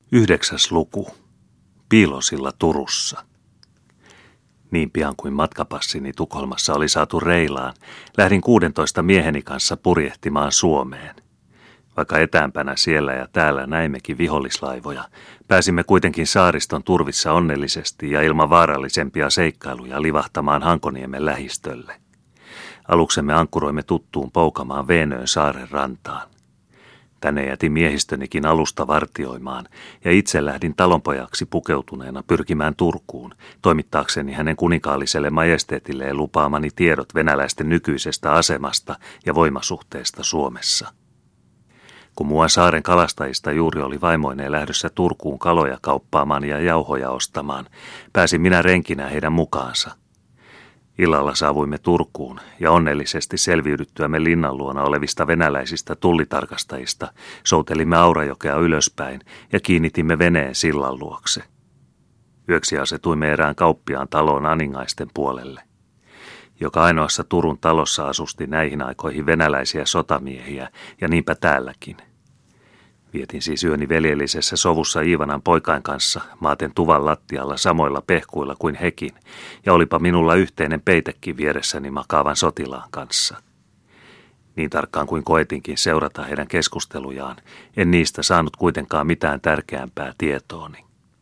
9. luku. Piilosilla Turussa. Niin pian kuin matkapassini Tukholmassa oli saatu reilaan, lähdin 16 mieheni kanssa purjehtimaan Suomeen. Vaikka etäämpänä siellä ja täällä näimmekin vihollislaivoja, pääsimme kuitenkin saariston turvissa onnellisesti ja ilman vaarallisempia seikkailuja livahtamaan Hankoniemen lähistölle. Aluksemme ankkuroimme tuttuun Poukamaan Veenöön saaren rantaan. Tänne jätin miehistönikin alusta vartioimaan ja itse lähdin talonpojaksi pukeutuneena pyrkimään Turkuun, toimittaakseni hänen kuninkaalliselle majesteetilleen lupaamani tiedot venäläisten nykyisestä asemasta ja voimasuhteesta Suomessa. Kun mua saaren kalastajista juuri oli vaimoineen lähdössä Turkuun kaloja kauppaamaan ja jauhoja ostamaan, pääsin minä renkinä heidän mukaansa. Illalla saavuimme Turkuun ja onnellisesti selviydyttyämme linnan luona olevista venäläisistä tullitarkastajista soutelimme Aurajokea ylöspäin ja kiinnitimme veneen sillan luokse. Yöksi asetuimme erään kauppiaan taloon Aningaisten puolelle. Joka ainoassa Turun talossa asusti näihin aikoihin venäläisiä sotamiehiä ja niinpä täälläkin. Vietin siis yöni veljellisessä sovussa Iivanan poikain kanssa maaten tuvan lattialla samoilla pehkuilla kuin hekin, ja olipa minulla yhteinen peitekin vieressäni makaavan sotilaan kanssa. Niin tarkkaan kuin koetinkin seurata heidän keskustelujaan, en niistä saanut kuitenkaan mitään tärkeämpää tietooni.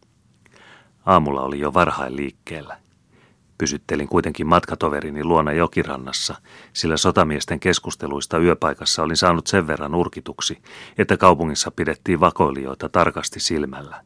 Aamulla oli jo varhain liikkeellä. Pysyttelin kuitenkin matkatoverini luona jokirannassa, sillä sotamiesten keskusteluista yöpaikassa olin saanut sen verran urkituksi, että kaupungissa pidettiin vakoilijoita tarkasti silmällä.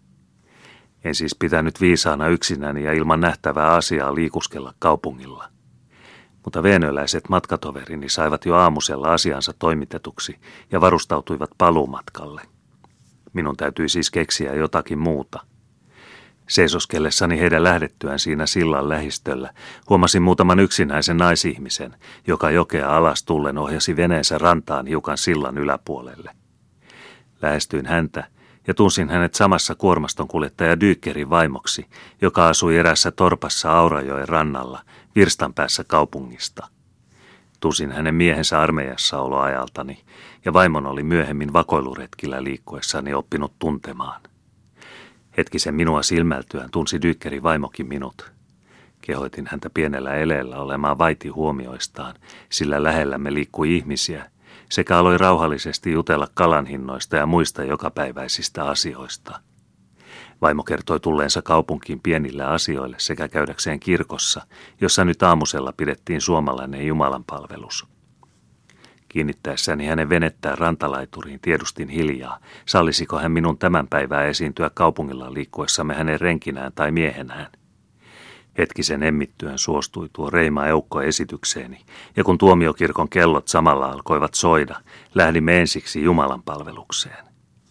En siis pitänyt viisaana yksinäni ja ilman nähtävää asiaa liikuskella kaupungilla. Mutta veenöläiset matkatoverini saivat jo aamusella asiansa toimitetuksi ja varustautuivat paluumatkalle. Minun täytyi siis keksiä jotakin muuta. Seisoskellessani heidän lähdettyään siinä sillan lähistöllä huomasin muutaman yksinäisen naisihmisen, joka jokea alas tullen ohjasi veneensä rantaan hiukan sillan yläpuolelle. Lähestyin häntä ja tunsin hänet samassa kuormastonkuljettaja Dykkerin vaimoksi, joka asui erässä torpassa Aurajoen rannalla, virstan päässä kaupungista. Tunsin hänen miehensä armeijassa oloajaltani ja vaimon oli myöhemmin vakoiluretkillä liikkuessani oppinut tuntemaan. Hetkisen minua silmältyään tunsi Dykkerin vaimokin minut. Kehoitin häntä pienellä eleellä olemaan vaiti huomioistaan, sillä lähellämme liikkui ihmisiä, sekä aloi rauhallisesti jutella kalanhinnoista ja muista jokapäiväisistä asioista. Vaimo kertoi tulleensa kaupunkiin pienille asioille sekä käydäkseen kirkossa, jossa nyt aamusella pidettiin suomalainen jumalanpalvelus. Kiinnittäessäni hänen venettään rantalaituriin tiedustin hiljaa, sallisiko hän minun tämän päivää esiintyä kaupungilla liikkuessamme hänen renkinään tai miehenään. Hetkisen emmittyön suostui tuo reima eukko esitykseeni, ja kun tuomiokirkon kellot samalla alkoivat soida, lähdimme ensiksi Jumalan palvelukseen.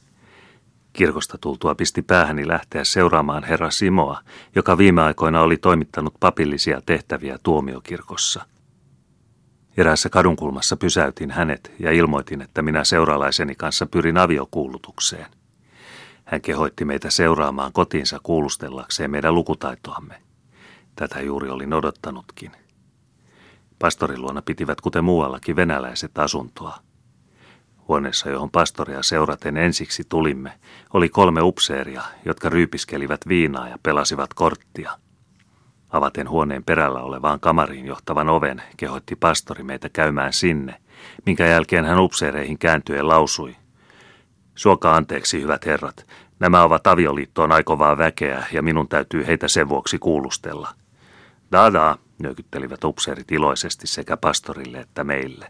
Kirkosta tultua pisti päähäni lähteä seuraamaan herra Simoa, joka viime aikoina oli toimittanut papillisia tehtäviä tuomiokirkossa. Eräässä kadunkulmassa pysäytin hänet ja ilmoitin, että minä seuralaiseni kanssa pyrin aviokuulutukseen. Hän kehoitti meitä seuraamaan kotiinsa kuulustellakseen meidän lukutaitoamme. Tätä juuri olin odottanutkin. Pastorin luona pitivät kuten muuallakin venäläiset asuntoa. Huoneessa, johon pastoria seuraten ensiksi tulimme, oli 3 upseeria, jotka ryypiskelivät viinaa ja pelasivat korttia. Avaten huoneen perällä olevaan kamariin johtavan oven kehoitti pastori meitä käymään sinne, minkä jälkeen hän upseereihin kääntyen lausui: "Suokaa anteeksi, hyvät herrat, nämä ovat avioliittoon aikovaa väkeä ja minun täytyy heitä sen vuoksi kuulustella." "Da, nyökyttelivät upseerit iloisesti sekä pastorille että meille.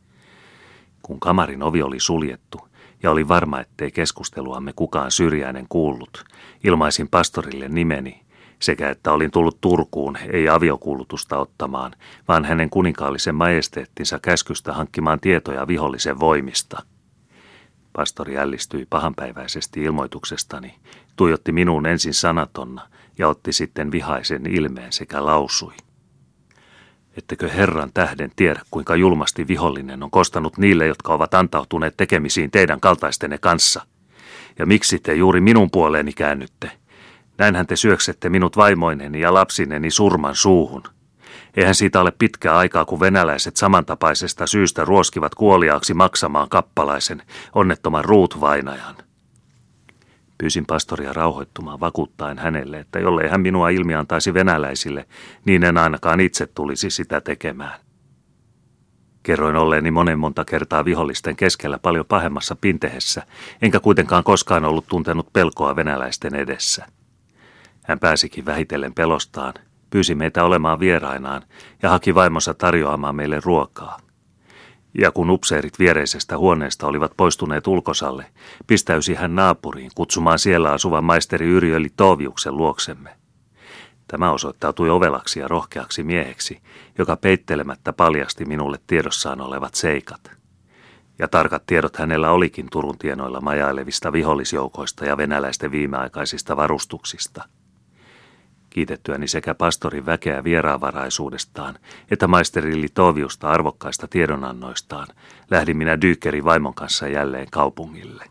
Kun kamarin ovi oli suljettu ja oli varma, ettei keskusteluamme kukaan syrjäinen kuullut, ilmaisin pastorille nimeni, sekä että olin tullut Turkuun ei aviokuulutusta ottamaan, vaan hänen kuninkaallisen majesteettinsa käskystä hankkimaan tietoja vihollisen voimista. Pastori ällistyi pahanpäiväisesti ilmoituksestani, tuijotti minuun ensin sanatonna ja otti sitten vihaisen ilmeen sekä lausui: "Ettekö Herran tähden tiedä, kuinka julmasti vihollinen on kostanut niille, jotka ovat antautuneet tekemisiin teidän kaltaistenne kanssa? Ja miksi te juuri minun puoleeni käännytte? Näinhän te syöksette minut vaimoineni ja lapsineni surman suuhun. Eihän siitä ole pitkää aikaa, kun venäläiset samantapaisesta syystä ruoskivat kuoliaaksi maksamaan kappalaisen, onnettoman Ruut-vainajan." Pyysin pastoria rauhoittumaan vakuuttaen hänelle, että jollei hän minua ilmiantaisi venäläisille, niin en ainakaan itse tulisi sitä tekemään. Kerroin olleeni monta kertaa vihollisten keskellä paljon pahemmassa pintehessä, enkä kuitenkaan koskaan ollut tuntenut pelkoa venäläisten edessä. Hän pääsikin vähitellen pelostaan, pyysi meitä olemaan vierainaan ja haki vaimonsa tarjoamaan meille ruokaa. Ja kun upseerit viereisestä huoneesta olivat poistuneet ulkosalle, pistäysi hän naapuriin kutsumaan siellä asuvan maisteri Yrjö Litoviuksen luoksemme. Tämä osoittautui ovelaksi ja rohkeaksi mieheksi, joka peittelemättä paljasti minulle tiedossaan olevat seikat. Ja tarkat tiedot hänellä olikin Turun tienoilla majailevista vihollisjoukoista ja venäläisten viimeaikaisista varustuksista. Kiitettyäni sekä pastorin väkeä vieraanvaraisuudestaan että maisteri Litoviusta arvokkaista tiedonannoistaan, lähdin minä Dykerin vaimon kanssa jälleen kaupungille.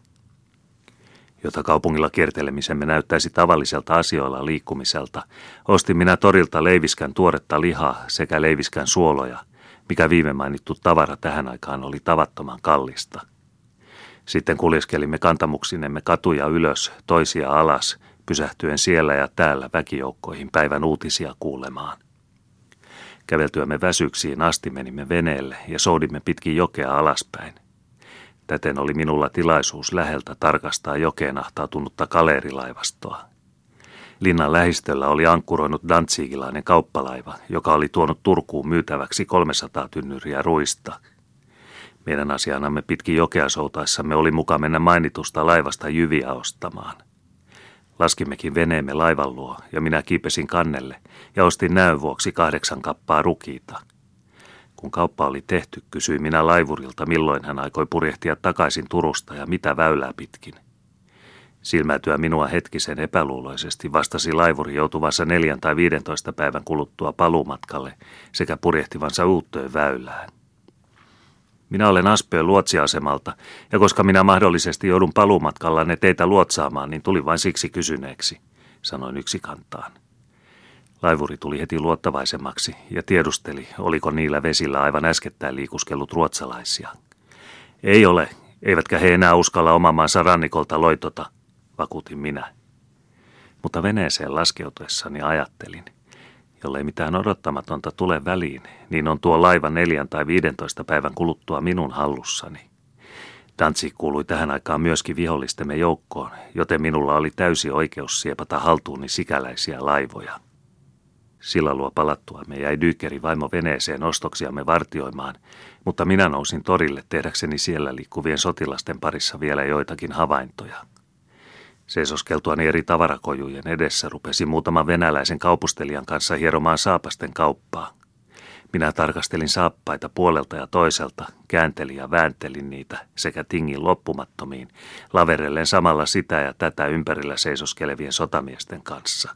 Jota kaupungilla kiertelemisemme näyttäisi tavalliselta asioilla liikkumiselta, ostin minä torilta leiviskän tuoretta lihaa sekä leiviskän suoloja, mikä viime mainittu tavara tähän aikaan oli tavattoman kallista. Sitten kuljeskelimme kantamuksinemme katuja ylös, toisia alas, pysähtyen siellä ja täällä väkijoukkoihin päivän uutisia kuulemaan. Käveltyämme väsyksiin asti menimme veneelle ja soudimme pitkin jokea alaspäin. Täten oli minulla tilaisuus läheltä tarkastaa jokeen ahtautunutta kaleerilaivastoa. Linnan lähistöllä oli ankkuroinut dantsigilainen kauppalaiva, joka oli tuonut Turkuun myytäväksi 300 tynnyriä ruista. Meidän asianamme pitkin jokea soutaessamme oli muka mennä mainitusta laivasta jyviä ostamaan. Laskimmekin veneemme laivan luo ja minä kiipesin kannelle ja ostin näön vuoksi 8 kappaa rukiita. Kun kauppa oli tehty, kysyin minä laivurilta, milloin hän aikoi purjehtia takaisin Turusta ja mitä väylää pitkin. Silmäytyä minua hetkisen epäluuloisesti vastasi laivuri joutuvansa 4 tai 15 päivän kuluttua paluumatkalle sekä purjehtivansa Uuttöön väylään. Minä olen Aspöön luotsiasemalta, ja koska minä mahdollisesti joudun paluumatkallanne teitä luotsaamaan, niin tuli vain siksi kysyneeksi, sanoin yksikantaan. Laivuri tuli heti luottavaisemmaksi ja tiedusteli, oliko niillä vesillä aivan äskettäin liikuskellut ruotsalaisia. Ei ole, eivätkä he enää uskalla oman maansa rannikolta loitota, vakuutin minä. Mutta veneeseen laskeutuessani ajattelin, jollei mitään odottamatonta tule väliin, niin on tuo laiva 4 tai 15 päivän kuluttua minun hallussani. Danzig kuului tähän aikaan myöskin vihollistemme joukkoon, joten minulla oli täysi oikeus siepata haltuuni sikäläisiä laivoja. Sillä luo palattuamme jäi Dykerin vaimo veneeseen ostoksiamme vartioimaan, mutta minä nousin torille tehdäkseni siellä liikkuvien sotilasten parissa vielä joitakin havaintoja. Seisoskeltuani eri tavarakojujen edessä rupesi muutaman venäläisen kaupustelijan kanssa hieromaan saapasten kauppaa. Minä tarkastelin saappaita puolelta ja toiselta, kääntelin ja vääntelin niitä sekä tingin loppumattomiin, laverellen samalla sitä ja tätä ympärillä seisoskelevien sotamiesten kanssa.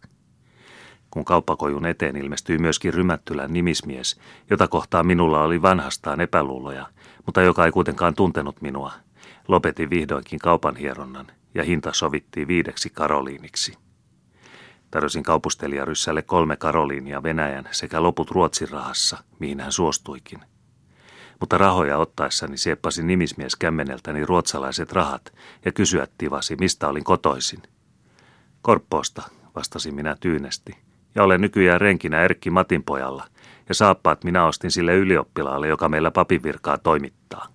Kun kauppakojun eteen ilmestyi myöskin Rymättylän nimismies, jota kohtaan minulla oli vanhastaan epäluuloja, mutta joka ei kuitenkaan tuntenut minua, lopetin vihdoinkin kaupan hieronnan ja hinta sovittiin 5 karoliiniksi. Tarjosin kaupustelijaryssälle 3 karoliinia Venäjän sekä loput Ruotsin rahassa, mihin hän suostuikin. Mutta rahoja ottaessani sieppasin nimismies kämmeneltäni ruotsalaiset rahat ja kysyä tivasi, mistä olin kotoisin. Korppoosta, vastasin minä tyynesti, ja olen nykyään renkinä Erkki Matinpojalla, ja saappaat minä ostin sille ylioppilaalle, joka meillä papinvirkaa toimittaa.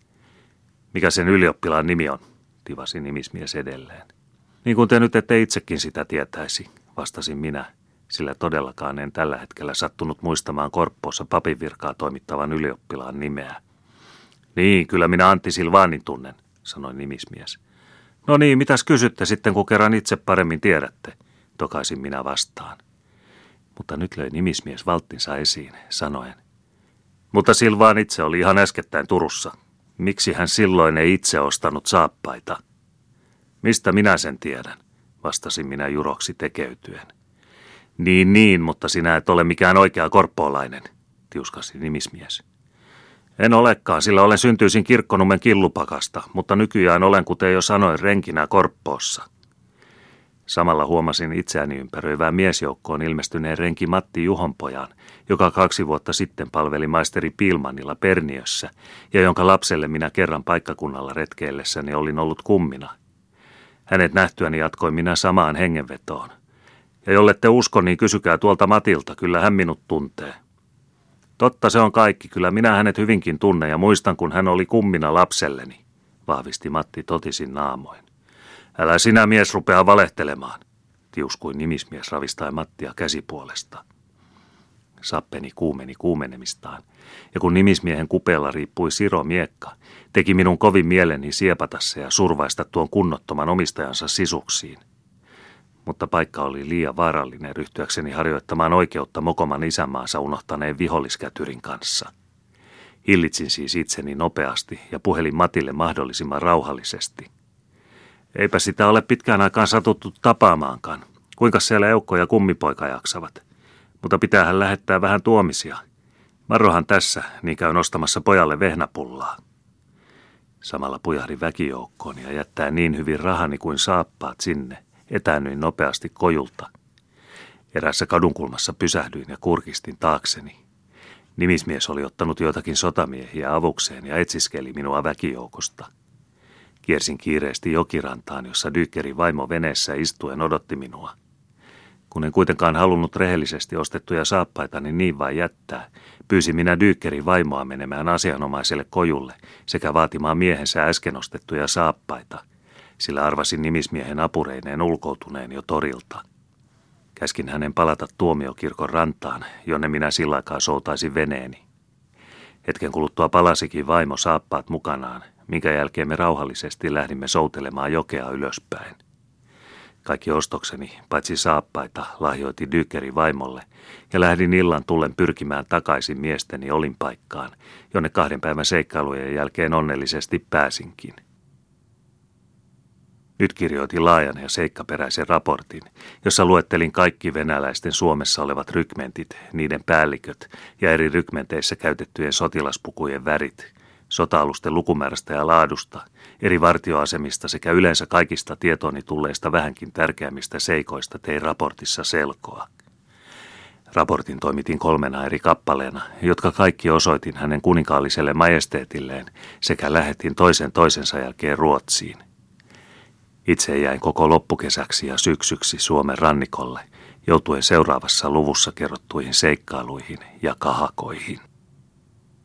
Mikä sen ylioppilaan nimi on, tivasi nimismies edelleen. Niin kuin te nyt ette itsekin sitä tietäisi, vastasin minä, sillä todellakaan en tällä hetkellä sattunut muistamaan Korppoossa papinvirkaa toimittavan ylioppilaan nimeä. Niin, kyllä minä Antti Silvanin tunnen, sanoi nimismies. No niin, mitäs kysytte sitten, kun kerran itse paremmin tiedätte, tokaisin minä vastaan. Mutta nyt löi nimismies valttinsa esiin, sanoen. Mutta Silvan itse oli ihan äskettäin Turussa. Miksi hän silloin ei itse ostanut saappaita? Mistä minä sen tiedän, vastasin minä juroksi tekeytyen. Niin, mutta sinä et ole mikään oikea korppoolainen, tiuskasi nimismies. En olekaan, sillä olen syntyisin Kirkkonummen Killupakasta, mutta nykyään olen, kuten jo sanoin, renkinä Korppoossa. Samalla huomasin itseäni ympäröivään miesjoukkoon ilmestyneen renki Matti Juhonpojan, joka 2 vuotta sitten palveli maisteri Pilmanilla Perniössä ja jonka lapselle minä kerran paikkakunnalla retkeillessäni olin ollut kummina. Hänet nähtyäni jatkoin minä samaan hengenvetoon. Ja jollette usko, niin kysykää tuolta Matilta, kyllä hän minut tuntee. Totta se on kaikki, kyllä minä hänet hyvinkin tunnen ja muistan, kun hän oli kummina lapselleni, vahvisti Matti totisin naamoin. Älä sinä mies rupea valehtelemaan, tiuskui nimismies ravistaen Mattia käsipuolesta. Sappeni kuumeni kuumenemistaan, ja kun nimismiehen kupeella riippui Siro miekka, teki minun kovin mieleni siepata se ja survaista tuon kunnottoman omistajansa sisuksiin. Mutta paikka oli liian vaarallinen ryhtyäkseni harjoittamaan oikeutta mokoman isänmaansa unohtaneen viholliskätyrin kanssa. Hillitsin siis itseni nopeasti ja puhelin Matille mahdollisimman rauhallisesti. Eipä sitä ole pitkään aikaan satuttu tapaamaankaan. Kuinka siellä Eukko ja kummipoika jaksavat? Mutta pitäähän lähettää vähän tuomisia. Marrohan tässä, niin käy nostamassa pojalle vehnäpullaa. Samalla pujahdin väkijoukkoon ja jättää niin hyvin rahani kuin saappaat sinne, etäännyin nopeasti kojulta. Erässä kadunkulmassa pysähdyin ja kurkistin taakseni. Nimismies oli ottanut joitakin sotamiehiä avukseen ja etsiskeli minua väkijoukosta. Kiersin kiireesti jokirantaan, jossa Dykkerin vaimo veneessä istuen odotti minua. Kun en kuitenkaan halunnut rehellisesti ostettuja saappaitani niin vain jättää, pyysin minä Dykkerin vaimoa menemään asianomaiselle kojulle sekä vaatimaan miehensä äsken ostettuja saappaita, sillä arvasin nimismiehen apureineen ulkoutuneen jo torilta. Käskin hänen palata tuomiokirkon rantaan, jonne minä sillä aikaa soutaisin veneeni. Hetken kuluttua palasikin vaimo saappaat mukanaan, minkä jälkeen me rauhallisesti lähdimme soutelemaan jokea ylöspäin. Kaikki ostokseni, paitsi saappaita, lahjoitin Dykkerin vaimolle ja lähdin illan tullen pyrkimään takaisin miesteni olinpaikkaan, jonne 2 päivän seikkailujen jälkeen onnellisesti pääsinkin. Nyt kirjoitin laajan ja seikkaperäisen raportin, jossa luettelin kaikki venäläisten Suomessa olevat rykmentit, niiden päälliköt ja eri rykmenteissä käytettyjen sotilaspukujen värit, sota-alusten lukumäärästä ja laadusta, eri vartioasemista sekä yleensä kaikista tietooni tulleista vähänkin tärkeämmistä seikoista tein raportissa selkoa. Raportin toimitin 3 eri kappaleena, jotka kaikki osoitin hänen kuninkaalliselle majesteetilleen sekä lähetin toisen toisensa jälkeen Ruotsiin. Itse jäin koko loppukesäksi ja syksyksi Suomen rannikolle, joutuen seuraavassa luvussa kerrottuihin seikkailuihin ja kahakoihin.